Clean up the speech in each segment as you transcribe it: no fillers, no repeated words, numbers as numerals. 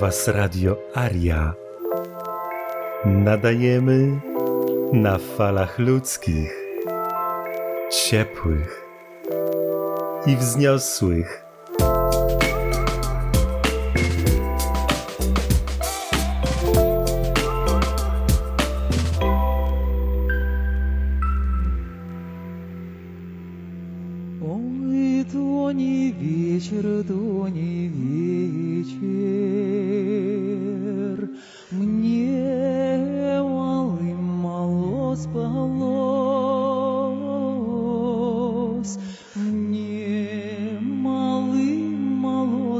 Was Radio Aria. Nadajemy na falach ludzkich, ciepłych i wzniosłych. Ой, то не вечер, мне мало спалось, мне мало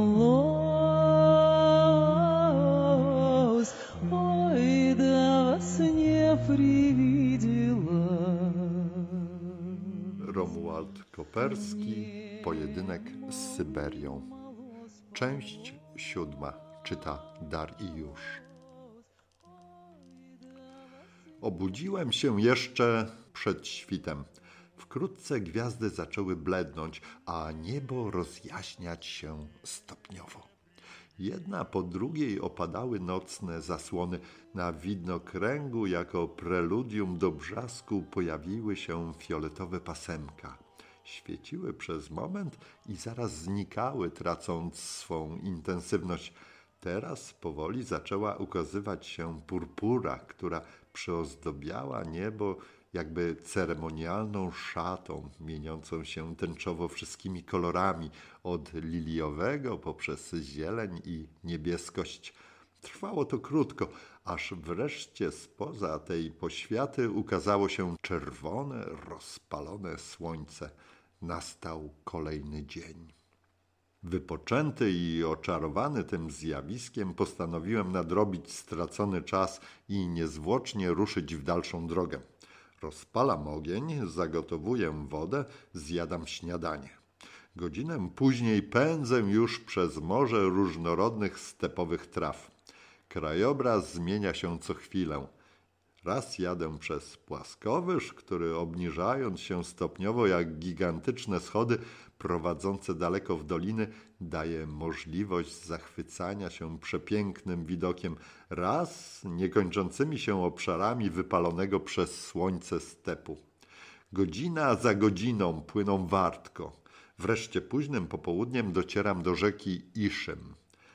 спалось, ой, да во сне привидела. Romuald Koperski, Pojedynek z Syberią. Część 7. Czyta Dariusz. Obudziłem się jeszcze przed świtem. Wkrótce gwiazdy zaczęły blednąć, a niebo rozjaśniać się stopniowo. Jedna po drugiej opadały nocne zasłony. Na widnokręgu jako preludium do brzasku pojawiły się fioletowe pasemka. Świeciły przez moment i zaraz znikały, tracąc swą intensywność. Teraz powoli zaczęła ukazywać się purpura, która przyozdobiała niebo jakby ceremonialną szatą, mieniącą się tęczowo wszystkimi kolorami, od liliowego poprzez zieleń i niebieskość. Trwało to krótko, aż wreszcie spoza tej poświaty ukazało się czerwone, rozpalone słońce. Nastał kolejny dzień. Wypoczęty i oczarowany tym zjawiskiem postanowiłem nadrobić stracony czas i niezwłocznie ruszyć w dalszą drogę. Rozpalam ogień, zagotowuję wodę, zjadam śniadanie. Godzinę później pędzę już przez morze różnorodnych stepowych traw. Krajobraz zmienia się co chwilę. Raz jadę przez płaskowyż, który obniżając się stopniowo jak gigantyczne schody prowadzące daleko w doliny daje możliwość zachwycania się przepięknym widokiem, raz niekończącymi się obszarami wypalonego przez słońce stepu. Godzina za godziną płyną wartko. Wreszcie późnym popołudniem docieram do rzeki Iszym.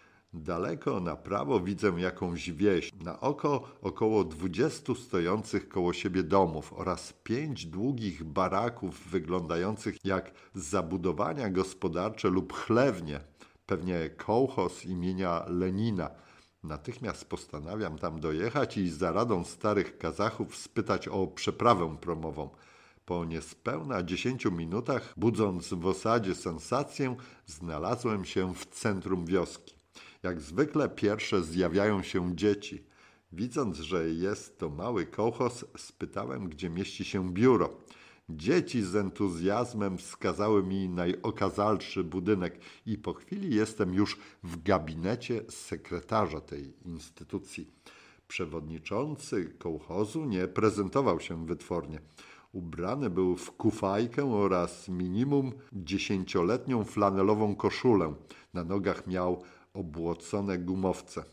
Daleko na prawo widzę jakąś wieś, na oko około 20 stojących koło siebie domów oraz 5 długich baraków wyglądających jak zabudowania gospodarcze lub chlewnie, pewnie kołchoz imienia Lenina. Natychmiast postanawiam tam dojechać i za radą starych Kazachów spytać o przeprawę promową. Po niespełna 10 minutach, budząc w osadzie sensację, znalazłem się w centrum wioski. Jak zwykle pierwsze zjawiają się dzieci. Widząc, że jest to mały kołchoz, spytałem, gdzie mieści się biuro. Dzieci z entuzjazmem wskazały mi najokazalszy budynek i po chwili jestem już w gabinecie sekretarza tej instytucji. Przewodniczący kołchozu nie prezentował się wytwornie. Ubrany był w kufajkę oraz minimum 10-letnią flanelową koszulę. Na nogach miał obłocone gumowce.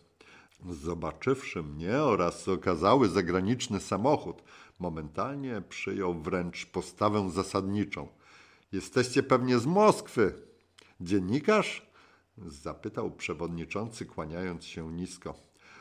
Zobaczywszy mnie oraz okazały zagraniczny samochód, momentalnie przyjął wręcz postawę zasadniczą. Jesteście pewnie z Moskwy. Dziennikarz? Zapytał przewodniczący, kłaniając się nisko.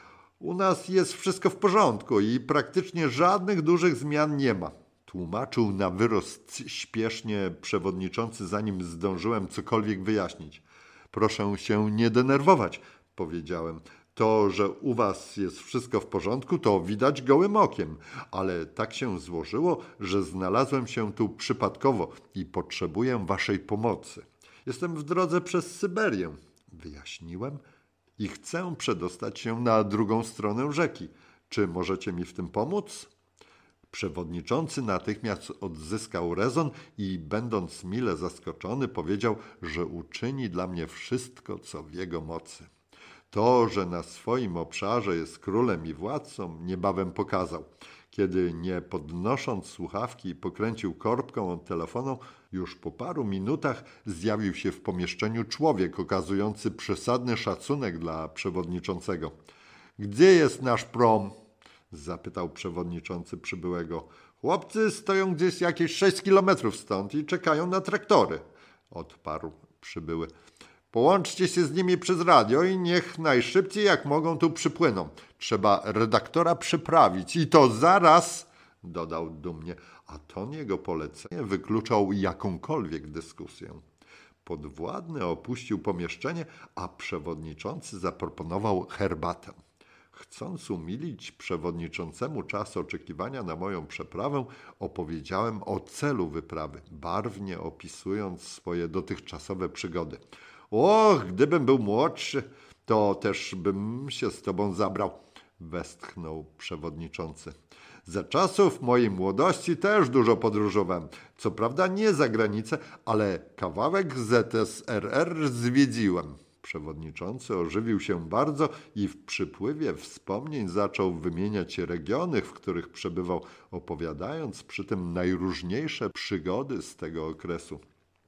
U nas jest wszystko w porządku i praktycznie żadnych dużych zmian nie ma. Tłumaczył na wyrost śpiesznie przewodniczący, zanim zdążyłem cokolwiek wyjaśnić. Proszę się nie denerwować, powiedziałem. To, że u was jest wszystko w porządku, to widać gołym okiem, ale tak się złożyło, że znalazłem się tu przypadkowo i potrzebuję waszej pomocy. Jestem w drodze przez Syberię, wyjaśniłem, i chcę przedostać się na drugą stronę rzeki. Czy możecie mi w tym pomóc? Przewodniczący natychmiast odzyskał rezon i, będąc mile zaskoczony, powiedział, że uczyni dla mnie wszystko, co w jego mocy. To, że na swoim obszarze jest królem i władcą, niebawem pokazał. Kiedy nie podnosząc słuchawki pokręcił korbką od telefonu, już po paru minutach zjawił się w pomieszczeniu człowiek okazujący przesadny szacunek dla przewodniczącego. Gdzie jest nasz prom? Zapytał przewodniczący przybyłego. Chłopcy stoją gdzieś jakieś 6 kilometrów stąd i czekają na traktory, odparł przybyły. Połączcie się z nimi przez radio i niech najszybciej jak mogą tu przypłyną. Trzeba redaktora przyprawić i to zaraz, dodał dumnie, a ton jego polecenie wykluczał jakąkolwiek dyskusję. Podwładny opuścił pomieszczenie, a przewodniczący zaproponował herbatę. Chcąc umilić przewodniczącemu czas oczekiwania na moją przeprawę, opowiedziałem o celu wyprawy, barwnie opisując swoje dotychczasowe przygody. Och, gdybym był młodszy, to też bym się z tobą zabrał, westchnął przewodniczący. Za czasów mojej młodości też dużo podróżowałem. Co prawda nie za granicę, ale kawałek ZSRR zwiedziłem. Przewodniczący ożywił się bardzo i w przypływie wspomnień zaczął wymieniać regiony, w których przebywał, opowiadając przy tym najróżniejsze przygody z tego okresu.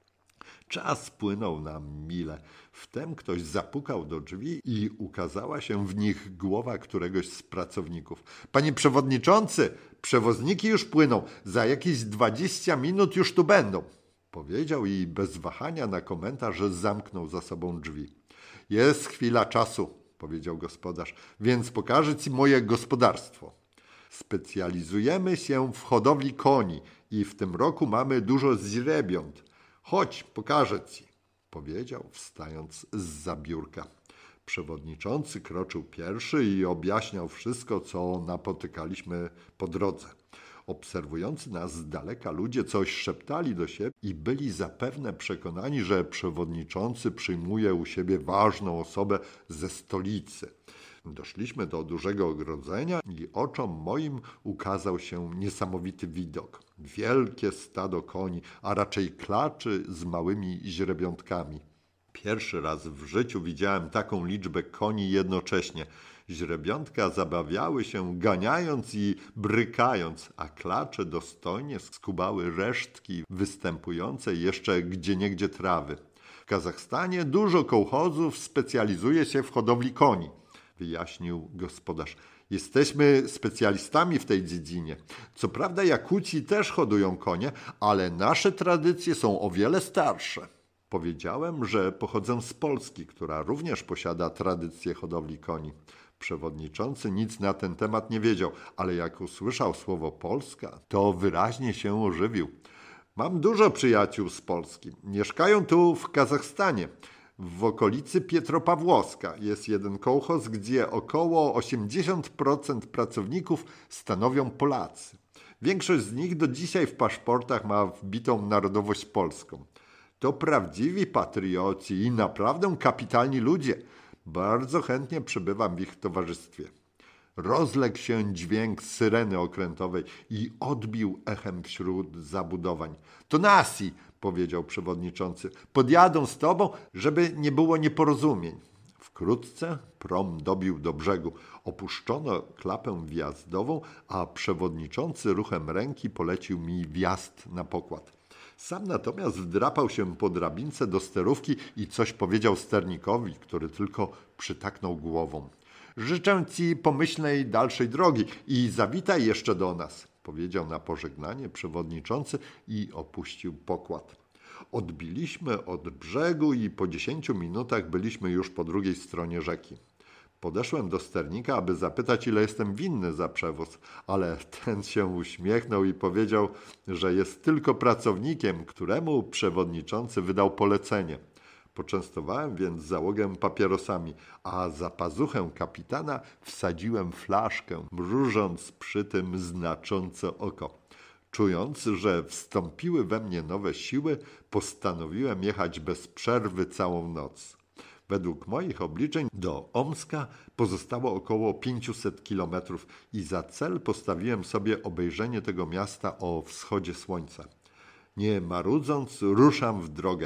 Czas płynął nam mile. Wtem ktoś zapukał do drzwi i ukazała się w nich głowa któregoś z pracowników. Panie przewodniczący, przewozniki już płyną. Za jakieś 20 minut już tu będą. Powiedział i bez wahania na komentarz zamknął za sobą drzwi. Jest chwila czasu, powiedział gospodarz, więc pokażę ci moje gospodarstwo. Specjalizujemy się w hodowli koni i w tym roku mamy dużo zwierząt. Chodź, pokażę ci, powiedział, wstając zza biurka. Przewodniczący kroczył pierwszy i objaśniał wszystko, co napotykaliśmy po drodze. Obserwujący nas z daleka ludzie coś szeptali do siebie i byli zapewne przekonani, że przewodniczący przyjmuje u siebie ważną osobę ze stolicy. Doszliśmy do dużego ogrodzenia i oczom moim ukazał się niesamowity widok. Wielkie stado koni, a raczej klaczy z małymi źrebiątkami. Pierwszy raz w życiu widziałem taką liczbę koni jednocześnie. Źrebiątka zabawiały się ganiając i brykając, a klacze dostojnie skubały resztki występującej jeszcze gdzieniegdzie trawy. W Kazachstanie dużo kołchozów specjalizuje się w hodowli koni, wyjaśnił gospodarz. Jesteśmy specjalistami w tej dziedzinie. Co prawda Jakuci też hodują konie, ale nasze tradycje są o wiele starsze. Powiedziałem, że pochodzę z Polski, która również posiada tradycję hodowli koni. Przewodniczący nic na ten temat nie wiedział, ale jak usłyszał słowo Polska, to wyraźnie się ożywił. Mam dużo przyjaciół z Polski. Mieszkają tu w Kazachstanie. W okolicy Pietropawłowska jest jeden kołchoz, gdzie około 80% pracowników stanowią Polacy. Większość z nich do dzisiaj w paszportach ma wbitą narodowość polską. To prawdziwi patrioci i naprawdę kapitalni ludzie. Bardzo chętnie przebywam w ich towarzystwie. Rozległ się dźwięk syreny okrętowej i odbił echem wśród zabudowań. To nasi, powiedział przewodniczący. Podjadą z tobą, żeby nie było nieporozumień. Wkrótce prom dobił do brzegu. Opuszczono klapę wjazdową, a przewodniczący ruchem ręki polecił mi wjazd na pokład. Sam natomiast wdrapał się po drabince do sterówki i coś powiedział sternikowi, który tylko przytaknął głową. Życzę ci pomyślnej dalszej drogi i zawitaj jeszcze do nas, powiedział na pożegnanie przewodniczący i opuścił pokład. Odbiliśmy od brzegu i po 10 minutach byliśmy już po drugiej stronie rzeki. Podeszłem do sternika, aby zapytać, ile jestem winny za przewóz, ale ten się uśmiechnął i powiedział, że jest tylko pracownikiem, któremu przewodniczący wydał polecenie. Poczęstowałem więc załogę papierosami, a za pazuchę kapitana wsadziłem flaszkę, mrużąc przy tym znacząco oko. Czując, że wstąpiły we mnie nowe siły, postanowiłem jechać bez przerwy całą noc. Według moich obliczeń do Omska pozostało około 500 kilometrów i za cel postawiłem sobie obejrzenie tego miasta o wschodzie słońca. Nie marudząc, ruszam w drogę.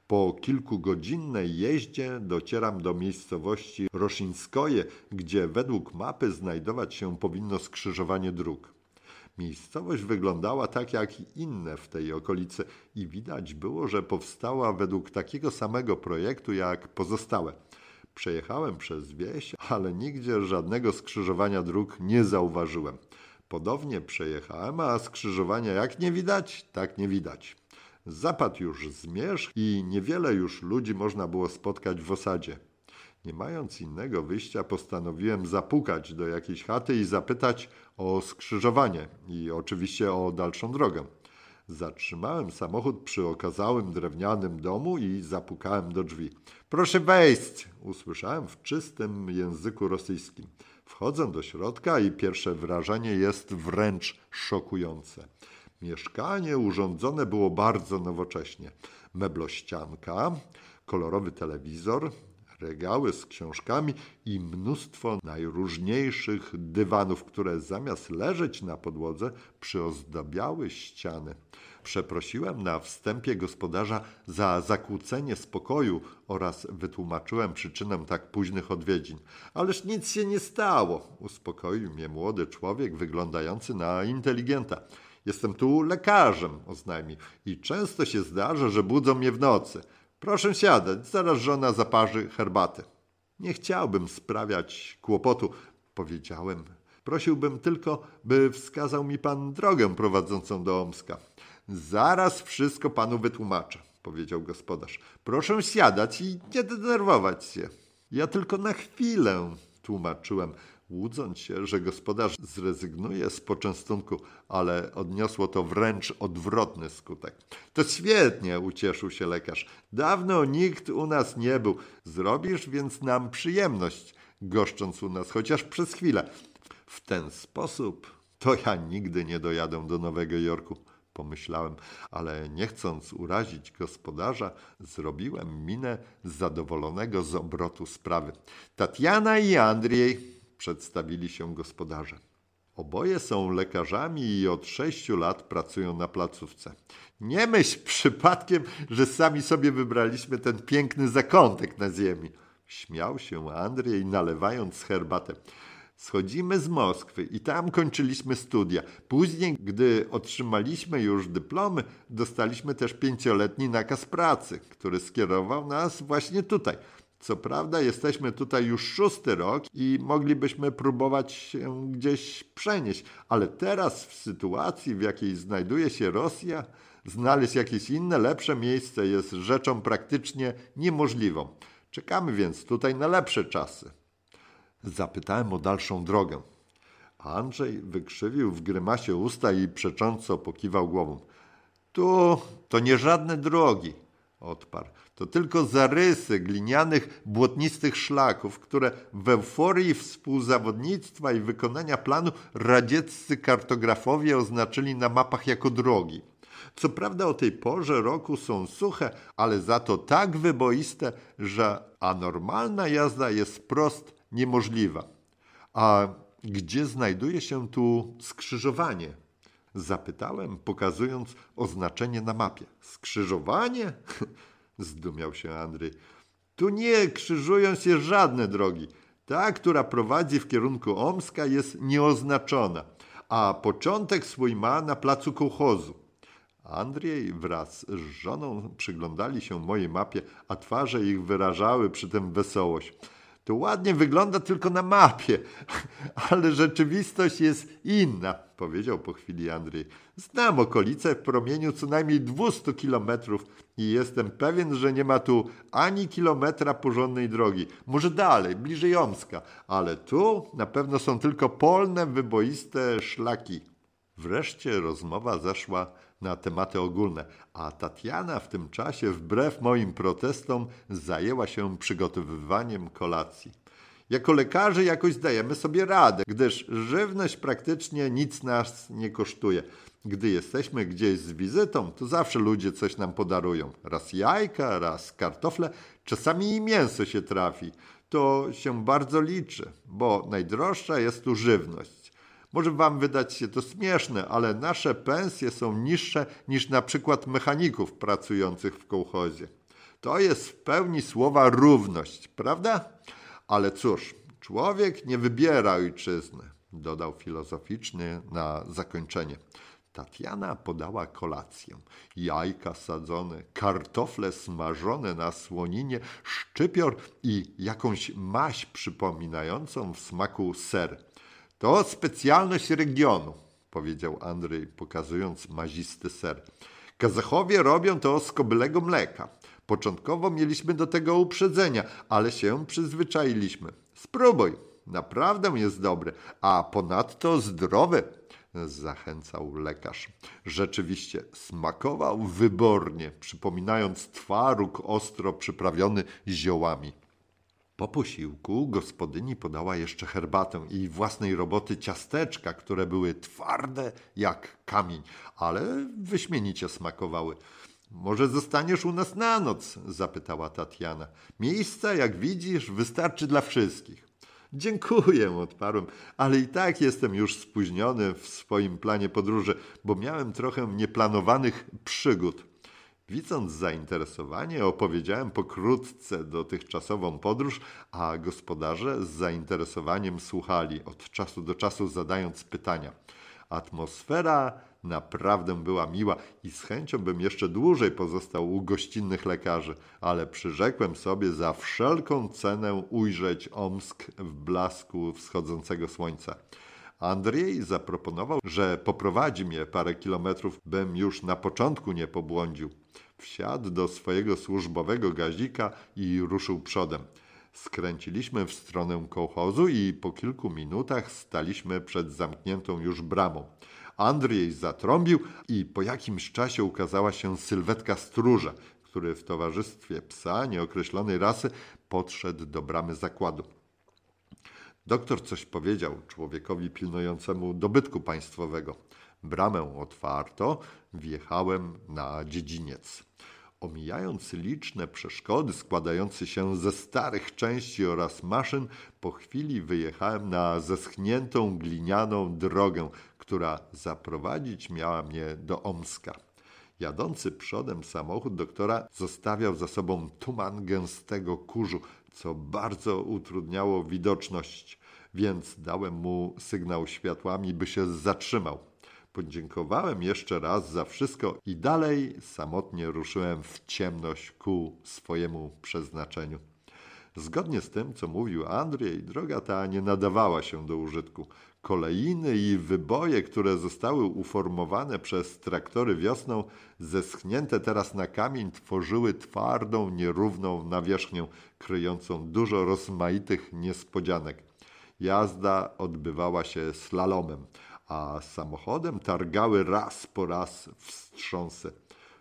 Po kilkugodzinnej jeździe docieram do miejscowości Roszyńskoje, gdzie według mapy znajdować się powinno skrzyżowanie dróg. Miejscowość wyglądała tak jak inne w tej okolicy i widać było, że powstała według takiego samego projektu jak pozostałe. Przejechałem przez wieś, ale nigdzie żadnego skrzyżowania dróg nie zauważyłem. Ponownie przejechałem, a skrzyżowania jak nie widać, tak nie widać. Zapadł już zmierzch i niewiele już ludzi można było spotkać w osadzie. Nie mając innego wyjścia, postanowiłem zapukać do jakiejś chaty i zapytać o skrzyżowanie i oczywiście o dalszą drogę. Zatrzymałem samochód przy okazałym drewnianym domu i zapukałem do drzwi. Proszę wejść, usłyszałem w czystym języku rosyjskim. Wchodzę do środka i pierwsze wrażenie jest wręcz szokujące. Mieszkanie urządzone było bardzo nowocześnie. Meblościanka, kolorowy telewizor, regały z książkami i mnóstwo najróżniejszych dywanów, które zamiast leżeć na podłodze, przyozdabiały ściany. Przeprosiłem na wstępie gospodarza za zakłócenie spokoju oraz wytłumaczyłem przyczynę tak późnych odwiedzin. Ależ nic się nie stało, uspokoił mnie młody człowiek wyglądający na inteligenta. Jestem tu lekarzem, oznajmił, i często się zdarza, że budzą mnie w nocy. Proszę siadać, zaraz żona zaparzy herbatę. Nie chciałbym sprawiać kłopotu, powiedziałem. Prosiłbym tylko, by wskazał mi pan drogę prowadzącą do Omska. Zaraz wszystko panu wytłumaczę, powiedział gospodarz. Proszę siadać i nie denerwować się. Ja tylko na chwilę, tłumaczyłem, łudząc się, że gospodarz zrezygnuje z poczęstunku, ale odniosło to wręcz odwrotny skutek. To świetnie, ucieszył się lekarz. Dawno nikt u nas nie był. Zrobisz więc nam przyjemność, goszcząc u nas chociaż przez chwilę. W ten sposób to ja nigdy nie dojadę do Nowego Jorku, pomyślałem, ale nie chcąc urazić gospodarza, zrobiłem minę zadowolonego z obrotu sprawy. Tatiana i Andrzej, przedstawili się gospodarze. Oboje są lekarzami i od 6 lat pracują na placówce. Nie myśl przypadkiem, że sami sobie wybraliśmy ten piękny zakątek na ziemi. Śmiał się Andrzej, nalewając herbatę. Schodzimy z Moskwy i tam kończyliśmy studia. Później, gdy otrzymaliśmy już dyplomy, dostaliśmy też 5-letni nakaz pracy, który skierował nas właśnie tutaj. Co prawda jesteśmy tutaj już 6. rok i moglibyśmy próbować się gdzieś przenieść, ale teraz w sytuacji, w jakiej znajduje się Rosja, znaleźć jakieś inne, lepsze miejsce jest rzeczą praktycznie niemożliwą. Czekamy więc tutaj na lepsze czasy. Zapytałem o dalszą drogę. Andrzej wykrzywił w grymasie usta i przecząco pokiwał głową. To nie żadne drogi, odparł. To tylko zarysy glinianych, błotnistych szlaków, które w euforii współzawodnictwa i wykonania planu radzieccy kartografowie oznaczyli na mapach jako drogi. Co prawda o tej porze roku są suche, ale za to tak wyboiste, że anormalna jazda jest wprost niemożliwa. A gdzie znajduje się tu skrzyżowanie? Zapytałem, pokazując oznaczenie na mapie. Skrzyżowanie? Zdumiał się Andrzej. Tu nie krzyżują się żadne drogi. Ta, która prowadzi w kierunku Omska, jest nieoznaczona, a początek swój ma na placu kołchozu. Andrzej wraz z żoną przyglądali się mojej mapie, a twarze ich wyrażały przy tym wesołość. To ładnie wygląda tylko na mapie, ale rzeczywistość jest inna, powiedział po chwili Andrzej. Znam okolice w promieniu co najmniej 200 kilometrów i jestem pewien, że nie ma tu ani kilometra porządnej drogi. Może dalej, bliżej Omska, ale tu na pewno są tylko polne, wyboiste szlaki. Wreszcie rozmowa zaszła na tematy ogólne, a Tatiana w tym czasie, wbrew moim protestom, zajęła się przygotowywaniem kolacji. Jako lekarze jakoś dajemy sobie radę, gdyż żywność praktycznie nic nas nie kosztuje. Gdy jesteśmy gdzieś z wizytą, to zawsze ludzie coś nam podarują. Raz jajka, raz kartofle, czasami i mięso się trafi. To się bardzo liczy, bo najdroższa jest tu żywność. Może wam wydać się to śmieszne, ale nasze pensje są niższe niż na przykład mechaników pracujących w kołchozie. To jest w pełni słowa równość, prawda? Ale cóż, człowiek nie wybiera ojczyzny, dodał filozoficznie na zakończenie. Tatiana podała kolację. Jajka sadzone, kartofle smażone na słoninie, szczypior i jakąś maź przypominającą w smaku ser. To specjalność regionu, powiedział Andrzej, pokazując mazisty ser. Kazachowie robią to z kobylego mleka. Początkowo mieliśmy do tego uprzedzenia, ale się przyzwyczailiśmy. Spróbuj, naprawdę jest dobry, a ponadto zdrowy, zachęcał lekarz. Rzeczywiście smakował wybornie, przypominając twaróg ostro przyprawiony ziołami. Po posiłku gospodyni podała jeszcze herbatę i własnej roboty ciasteczka, które były twarde jak kamień, ale wyśmienicie smakowały. Może zostaniesz u nas na noc? Zapytała Tatiana. Miejsca, jak widzisz, wystarczy dla wszystkich. Dziękuję, odparłem, ale i tak jestem już spóźniony w swoim planie podróży, bo miałem trochę nieplanowanych przygód. Widząc zainteresowanie, opowiedziałem pokrótce dotychczasową podróż, a gospodarze z zainteresowaniem słuchali, od czasu do czasu zadając pytania. Atmosfera naprawdę była miła i z chęcią bym jeszcze dłużej pozostał u gościnnych lekarzy, ale przyrzekłem sobie za wszelką cenę ujrzeć Omsk w blasku wschodzącego słońca. Andrzej zaproponował, że poprowadzi mnie parę kilometrów, bym już na początku nie pobłądził. Wsiadł do swojego służbowego gazika i ruszył przodem. Skręciliśmy w stronę kołchozu i po kilku minutach staliśmy przed zamkniętą już bramą. Andrzej zatrąbił i po jakimś czasie ukazała się sylwetka stróża, który w towarzystwie psa nieokreślonej rasy podszedł do bramy zakładu. Doktor coś powiedział człowiekowi pilnującemu dobytku państwowego. Bramę otwarto, wjechałem na dziedziniec. Omijając liczne przeszkody składające się ze starych części oraz maszyn, po chwili wyjechałem na zeschniętą glinianą drogę, która zaprowadzić miała mnie do Omska. Jadący przodem samochód doktora zostawiał za sobą tuman gęstego kurzu, co bardzo utrudniało widoczność, więc dałem mu sygnał światłami, by się zatrzymał. Podziękowałem jeszcze raz za wszystko i dalej samotnie ruszyłem w ciemność ku swojemu przeznaczeniu. Zgodnie z tym, co mówił Andrzej, droga ta nie nadawała się do użytku. Kolejny i wyboje, które zostały uformowane przez traktory wiosną, zeschnięte teraz na kamień, tworzyły twardą, nierówną nawierzchnię, kryjącą dużo rozmaitych niespodzianek. Jazda odbywała się slalomem, a samochodem targały raz po raz wstrząsy.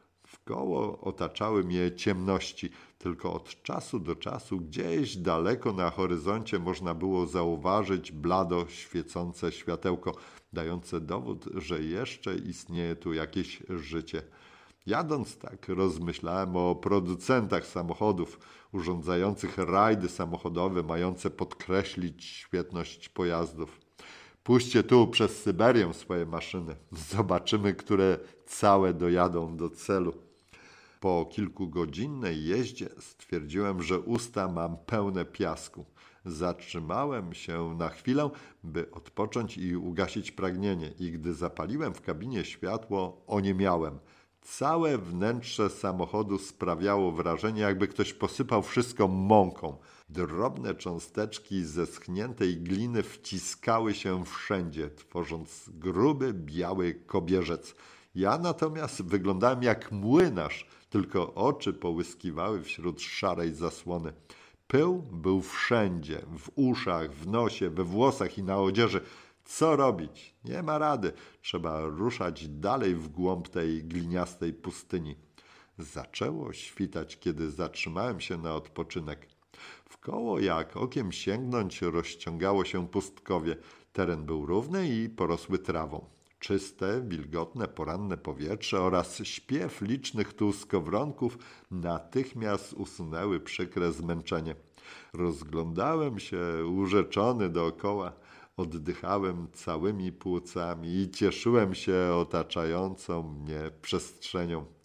Wkoło otaczały mnie ciemności, tylko od czasu do czasu gdzieś daleko na horyzoncie można było zauważyć blado świecące światełko, dające dowód, że jeszcze istnieje tu jakieś życie. Jadąc tak rozmyślałem o producentach samochodów, urządzających rajdy samochodowe, mające podkreślić świetność pojazdów. Puśćcie tu przez Syberię swoje maszyny. Zobaczymy, które całe dojadą do celu. Po kilkugodzinnej jeździe stwierdziłem, że usta mam pełne piasku. Zatrzymałem się na chwilę, by odpocząć i ugasić pragnienie i gdy zapaliłem w kabinie światło, oniemiałem. Całe wnętrze samochodu sprawiało wrażenie, jakby ktoś posypał wszystko mąką. Drobne cząsteczki zeschniętej gliny wciskały się wszędzie, tworząc gruby, biały kobierzec. Ja natomiast wyglądałem jak młynarz, tylko oczy połyskiwały wśród szarej zasłony. Pył był wszędzie, w uszach, w nosie, we włosach i na odzieży. Co robić? Nie ma rady. Trzeba ruszać dalej w głąb tej gliniastej pustyni. Zaczęło świtać, kiedy zatrzymałem się na odpoczynek. Wkoło, jak okiem sięgnąć, rozciągało się pustkowie. Teren był równy i porosły trawą. Czyste, wilgotne poranne powietrze oraz śpiew licznych tu skowronków natychmiast usunęły przykre zmęczenie. Rozglądałem się urzeczony dookoła, oddychałem całymi płucami i cieszyłem się otaczającą mnie przestrzenią.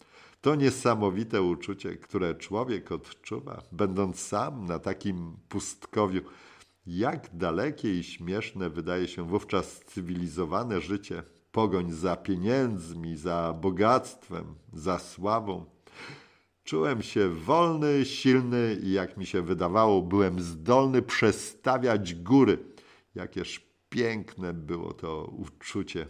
To niesamowite uczucie, które człowiek odczuwa, będąc sam na takim pustkowiu. Jak dalekie i śmieszne wydaje się wówczas cywilizowane życie, pogoń za pieniędzmi, za bogactwem, za sławą. Czułem się wolny, silny i jak mi się wydawało, byłem zdolny przestawiać góry. Jakież piękne było to uczucie.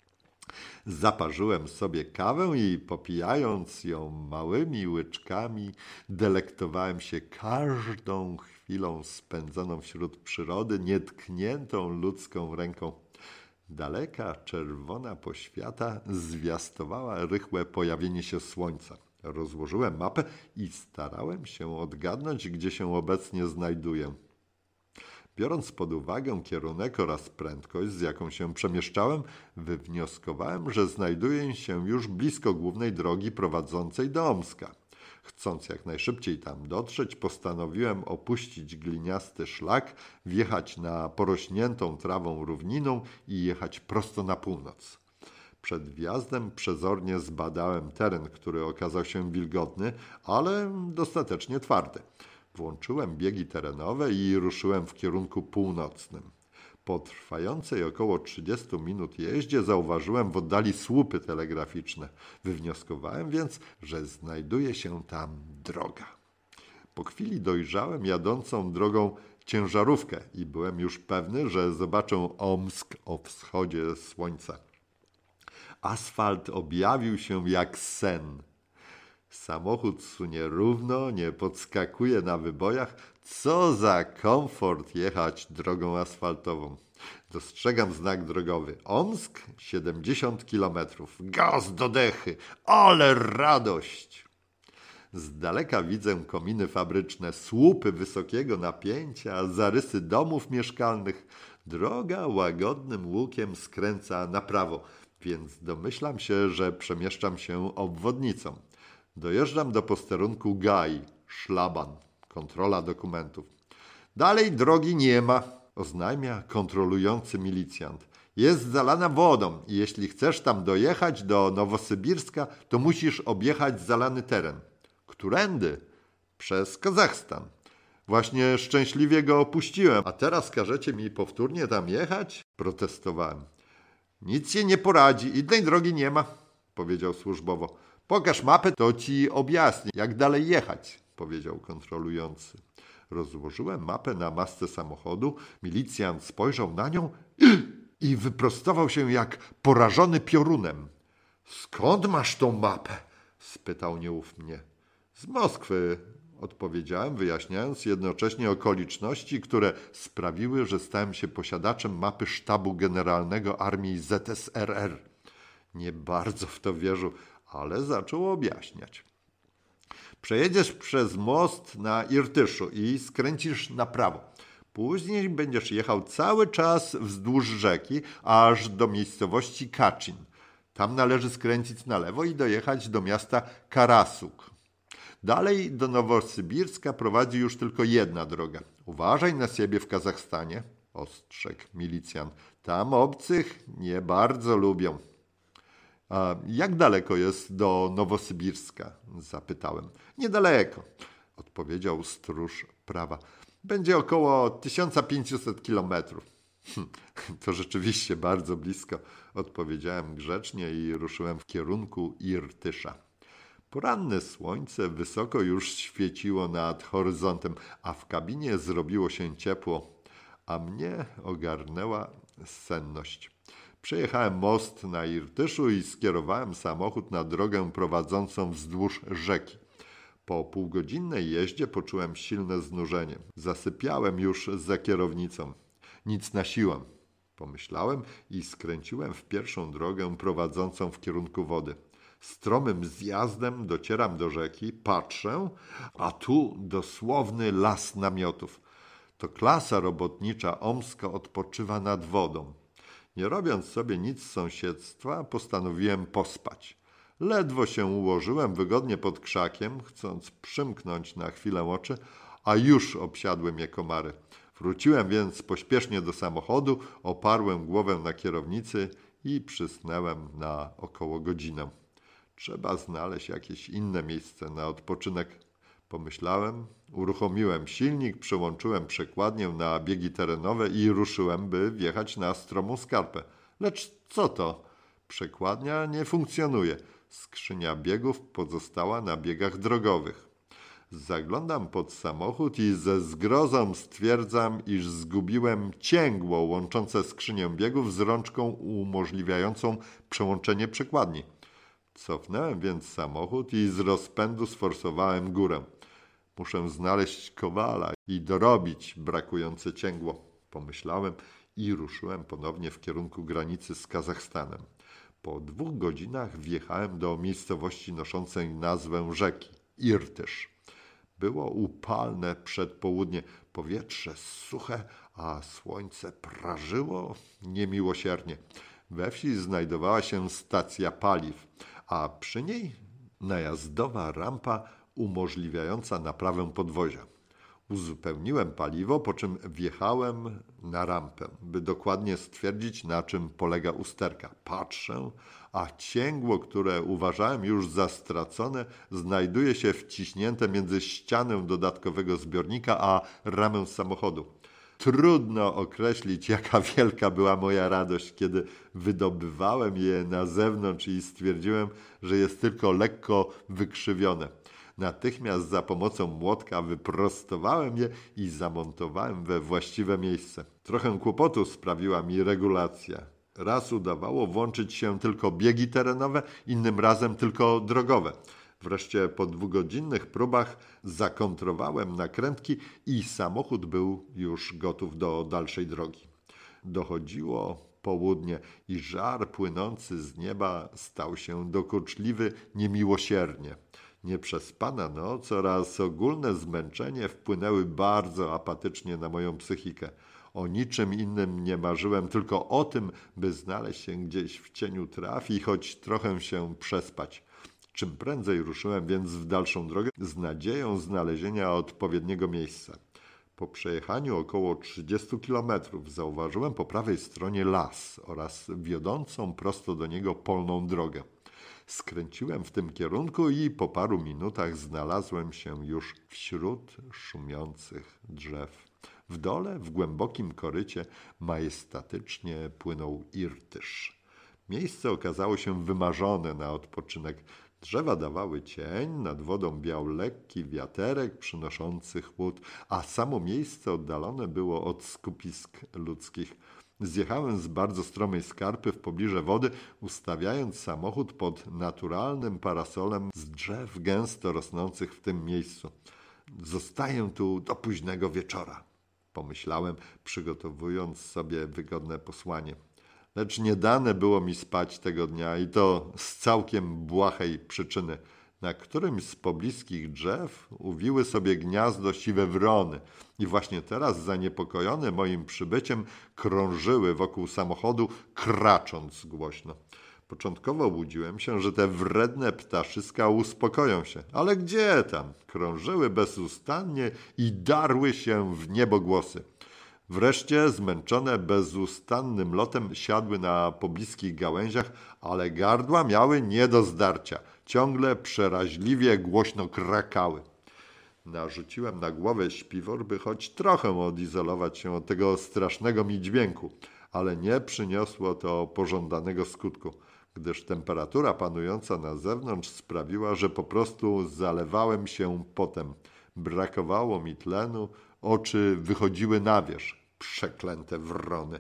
Zaparzyłem sobie kawę i popijając ją małymi łyczkami, delektowałem się każdą chwilą spędzoną wśród przyrody, nietkniętą ludzką ręką. Daleka, czerwona poświata zwiastowała rychłe pojawienie się słońca. Rozłożyłem mapę i starałem się odgadnąć, gdzie się obecnie znajduję. Biorąc pod uwagę kierunek oraz prędkość, z jaką się przemieszczałem, wywnioskowałem, że znajduję się już blisko głównej drogi prowadzącej do Omska. Chcąc jak najszybciej tam dotrzeć, postanowiłem opuścić gliniasty szlak, wjechać na porośniętą trawą równiną i jechać prosto na północ. Przed wjazdem przezornie zbadałem teren, który okazał się wilgotny, ale dostatecznie twardy. Włączyłem biegi terenowe i ruszyłem w kierunku północnym. Po trwającej około 30 minut jeździe zauważyłem w oddali słupy telegraficzne. Wywnioskowałem więc, że znajduje się tam droga. Po chwili dojrzałem jadącą drogą ciężarówkę i byłem już pewny, że zobaczę Omsk o wschodzie słońca. Asfalt objawił się jak sen. Samochód sunie równo, nie podskakuje na wybojach. Co za komfort jechać drogą asfaltową. Dostrzegam znak drogowy. Omsk 70 kilometrów. Gaz do dechy. Ale radość! Z daleka widzę kominy fabryczne, słupy wysokiego napięcia, zarysy domów mieszkalnych. Droga łagodnym łukiem skręca na prawo, więc domyślam się, że przemieszczam się obwodnicą. Dojeżdżam do posterunku GAI, szlaban, kontrola dokumentów. Dalej drogi nie ma, oznajmia kontrolujący milicjant. Jest zalana wodą i jeśli chcesz tam dojechać do Nowosybirska, to musisz objechać zalany teren. Którędy? Przez Kazachstan. Właśnie szczęśliwie go opuściłem, a teraz każecie mi powtórnie tam jechać? Protestowałem. Nic się nie poradzi, innej drogi nie ma, powiedział służbowo. Pokaż mapę, to ci objaśnię, jak dalej jechać, powiedział kontrolujący. Rozłożyłem mapę na masce samochodu, milicjant spojrzał na nią i wyprostował się jak porażony piorunem. Skąd masz tą mapę? Spytał nieufnie. Z Moskwy, odpowiedziałem, wyjaśniając jednocześnie okoliczności, które sprawiły, że stałem się posiadaczem mapy sztabu generalnego armii ZSRR. Nie bardzo w to wierzył, ale zaczął objaśniać. Przejedziesz przez most na Irtyszu i skręcisz na prawo. Później będziesz jechał cały czas wzdłuż rzeki, aż do miejscowości Kaczyn. Tam należy skręcić na lewo i dojechać do miasta Karasuk. Dalej do Nowosybirska prowadzi już tylko jedna droga. Uważaj na siebie w Kazachstanie, ostrzegł milicjant. Tam obcych nie bardzo lubią. A jak daleko jest do Nowosybirska? Zapytałem. Niedaleko, odpowiedział stróż prawa. Będzie około 1500 kilometrów. To rzeczywiście bardzo blisko, odpowiedziałem grzecznie i ruszyłem w kierunku Irtysza. Poranne słońce wysoko już świeciło nad horyzontem, a w kabinie zrobiło się ciepło, a mnie ogarnęła senność. Przejechałem most na Irtyszu i skierowałem samochód na drogę prowadzącą wzdłuż rzeki. Po półgodzinnej jeździe poczułem silne znużenie. Zasypiałem już za kierownicą. Nic na siłę, pomyślałem i skręciłem w pierwszą drogę prowadzącą w kierunku wody. Stromym zjazdem docieram do rzeki, patrzę, a tu dosłowny las namiotów. To klasa robotnicza Omska odpoczywa nad wodą. Nie robiąc sobie nic z sąsiedztwa, postanowiłem pospać. Ledwo się ułożyłem wygodnie pod krzakiem, chcąc przymknąć na chwilę oczy, a już obsiadły mnie komary. Wróciłem więc pośpiesznie do samochodu, oparłem głowę na kierownicy i przysnęłem na około godzinę. Trzeba znaleźć jakieś inne miejsce na odpoczynek. Pomyślałem, uruchomiłem silnik, przełączyłem przekładnię na biegi terenowe i ruszyłem, by wjechać na stromą skarpę. Lecz co to? Przekładnia nie funkcjonuje. Skrzynia biegów pozostała na biegach drogowych. Zaglądam pod samochód i ze zgrozą stwierdzam, iż zgubiłem cięgło łączące skrzynię biegów z rączką umożliwiającą przełączenie przekładni. Cofnąłem więc samochód i z rozpędu sforsowałem górę. Muszę znaleźć kowala i dorobić brakujące cięgło, pomyślałem i ruszyłem ponownie w kierunku granicy z Kazachstanem. Po 2 godzinach wjechałem do miejscowości noszącej nazwę rzeki Irtysz. Było upalne przedpołudnie, powietrze suche, a słońce prażyło niemiłosiernie. We wsi znajdowała się stacja paliw, a przy niej najazdowa rampa umożliwiająca naprawę podwozia. Uzupełniłem paliwo, po czym wjechałem na rampę, by dokładnie stwierdzić, na czym polega usterka. Patrzę, a cięgło, które uważałem już za stracone, znajduje się wciśnięte między ścianę dodatkowego zbiornika a ramę samochodu. Trudno określić, jaka wielka była moja radość, kiedy wydobywałem je na zewnątrz i stwierdziłem, że jest tylko lekko wykrzywione. Natychmiast za pomocą młotka wyprostowałem je i zamontowałem we właściwe miejsce. Trochę kłopotu sprawiła mi regulacja. Raz udawało włączyć się tylko biegi terenowe, innym razem tylko drogowe. Wreszcie po 2-godzinnych próbach zakontrowałem nakrętki i samochód był już gotów do dalszej drogi. Dochodziło południe i żar płynący z nieba stał się dokuczliwy niemiłosiernie. Nieprzespana noc oraz ogólne zmęczenie wpłynęły bardzo apatycznie na moją psychikę. O niczym innym nie marzyłem, tylko o tym, by znaleźć się gdzieś w cieniu traw i choć trochę się przespać. Czym prędzej ruszyłem więc w dalszą drogę z nadzieją znalezienia odpowiedniego miejsca. Po przejechaniu około 30 kilometrów zauważyłem po prawej stronie las oraz wiodącą prosto do niego polną drogę. Skręciłem w tym kierunku i po paru minutach znalazłem się już wśród szumiących drzew. W dole, w głębokim korycie, majestatycznie płynął Irtysz. Miejsce okazało się wymarzone na odpoczynek. Drzewa dawały cień, nad wodą biał lekki wiaterek przynoszący chłód, a samo miejsce oddalone było od skupisk ludzkich. Zjechałem z bardzo stromej skarpy w pobliże wody, ustawiając samochód pod naturalnym parasolem z drzew gęsto rosnących w tym miejscu. Zostaję tu do późnego wieczora, pomyślałem, przygotowując sobie wygodne posłanie. Lecz nie dane było mi spać tego dnia i to z całkiem błahej przyczyny. Na którymś z pobliskich drzew uwiły sobie gniazdo siwe wrony i właśnie teraz, zaniepokojone moim przybyciem, krążyły wokół samochodu, kracząc głośno. Początkowo łudziłem się, że te wredne ptaszyska uspokoją się, ale gdzie tam? Krążyły bezustannie i darły się w niebogłosy. Wreszcie, zmęczone bezustannym lotem, siadły na pobliskich gałęziach, ale gardła miały nie do zdarcia. Ciągle przeraźliwie głośno krakały. Narzuciłem na głowę śpiwór, by choć trochę odizolować się od tego strasznego mi dźwięku, ale nie przyniosło to pożądanego skutku, gdyż temperatura panująca na zewnątrz sprawiła, że po prostu zalewałem się potem. Brakowało mi tlenu, oczy wychodziły na wierzch. Przeklęte wrony.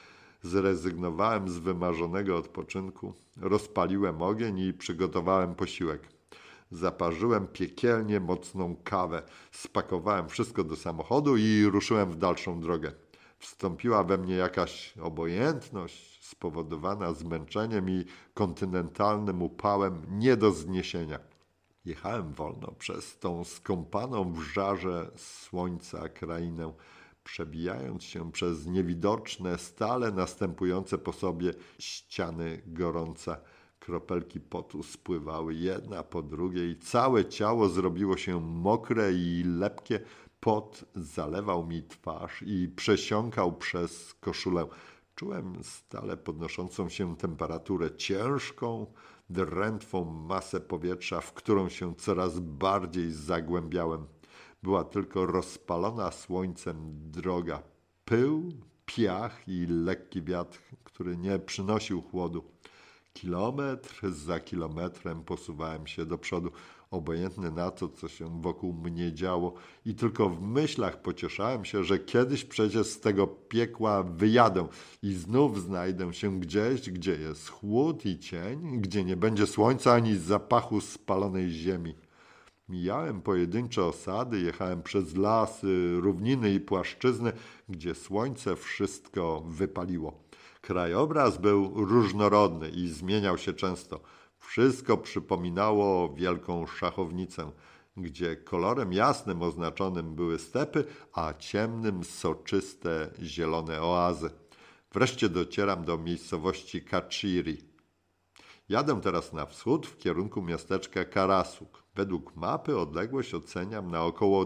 Zrezygnowałem z wymarzonego odpoczynku, rozpaliłem ogień i przygotowałem posiłek. Zaparzyłem piekielnie mocną kawę, spakowałem wszystko do samochodu i ruszyłem w dalszą drogę. Wstąpiła we mnie jakaś obojętność spowodowana zmęczeniem i kontynentalnym upałem nie do zniesienia. Jechałem wolno przez tą skąpaną w żarze słońca krainę, przebijając się przez niewidoczne, stale następujące po sobie ściany gorąca. Kropelki potu spływały jedna po drugiej, całe ciało zrobiło się mokre i lepkie, pot zalewał mi twarz i przesiąkał przez koszulę. Czułem stale podnoszącą się temperaturę, ciężką, drętwą masę powietrza, w którą się coraz bardziej zagłębiałem. Była tylko rozpalona słońcem droga, pył, piach i lekki wiatr, który nie przynosił chłodu. Kilometr za kilometrem posuwałem się do przodu, obojętny na to, co się wokół mnie działo, i tylko w myślach pocieszałem się, że kiedyś przecież z tego piekła wyjadę i znów znajdę się gdzieś, gdzie jest chłód i cień, gdzie nie będzie słońca ani zapachu spalonej ziemi. Mijałem pojedyncze osady, jechałem przez lasy, równiny i płaszczyzny, gdzie słońce wszystko wypaliło. Krajobraz był różnorodny i zmieniał się często. Wszystko przypominało wielką szachownicę, gdzie kolorem jasnym oznaczonym były stepy, a ciemnym soczyste zielone oazy. Wreszcie docieram do miejscowości Kaczyri. Jadę teraz na wschód w kierunku miasteczka Karasuk. Według mapy odległość oceniam na około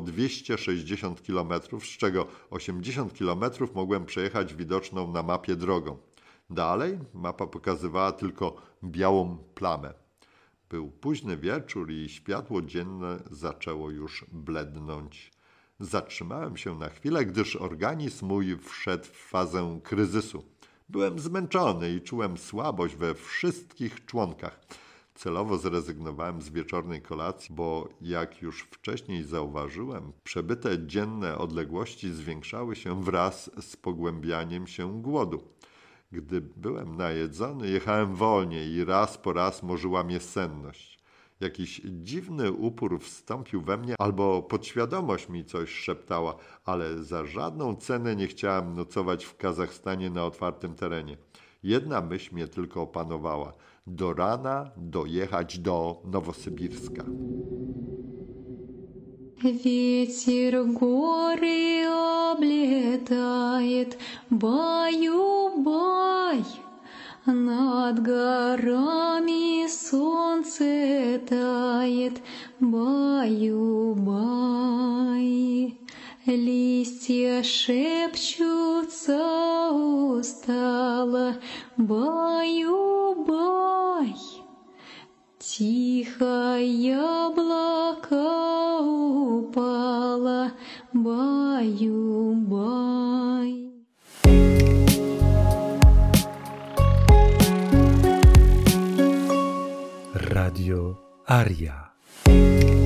260 km, z czego 80 km mogłem przejechać widoczną na mapie drogą. Dalej mapa pokazywała tylko białą plamę. Był późny wieczór i światło dzienne zaczęło już blednąć. Zatrzymałem się na chwilę, gdyż organizm mój wszedł w fazę kryzysu. Byłem zmęczony i czułem słabość we wszystkich członkach. Celowo zrezygnowałem z wieczornej kolacji, bo jak już wcześniej zauważyłem, przebyte dzienne odległości zwiększały się wraz z pogłębianiem się głodu. Gdy byłem najedzony, jechałem wolniej i raz po raz morzyła mnie senność. Jakiś dziwny upór wstąpił we mnie, albo podświadomość mi coś szeptała, ale za żadną cenę nie chciałem nocować w Kazachstanie na otwartym terenie. Jedna myśl mnie tylko opanowała. Do rana dojechać do Nowosybirska. Ветер горы облетает, баю-бай. Над горами солнце тает, баю-бай. Листья шепчутся устало, баю-бай. Тихо яблоко упало, баю-бай. Radio Aria.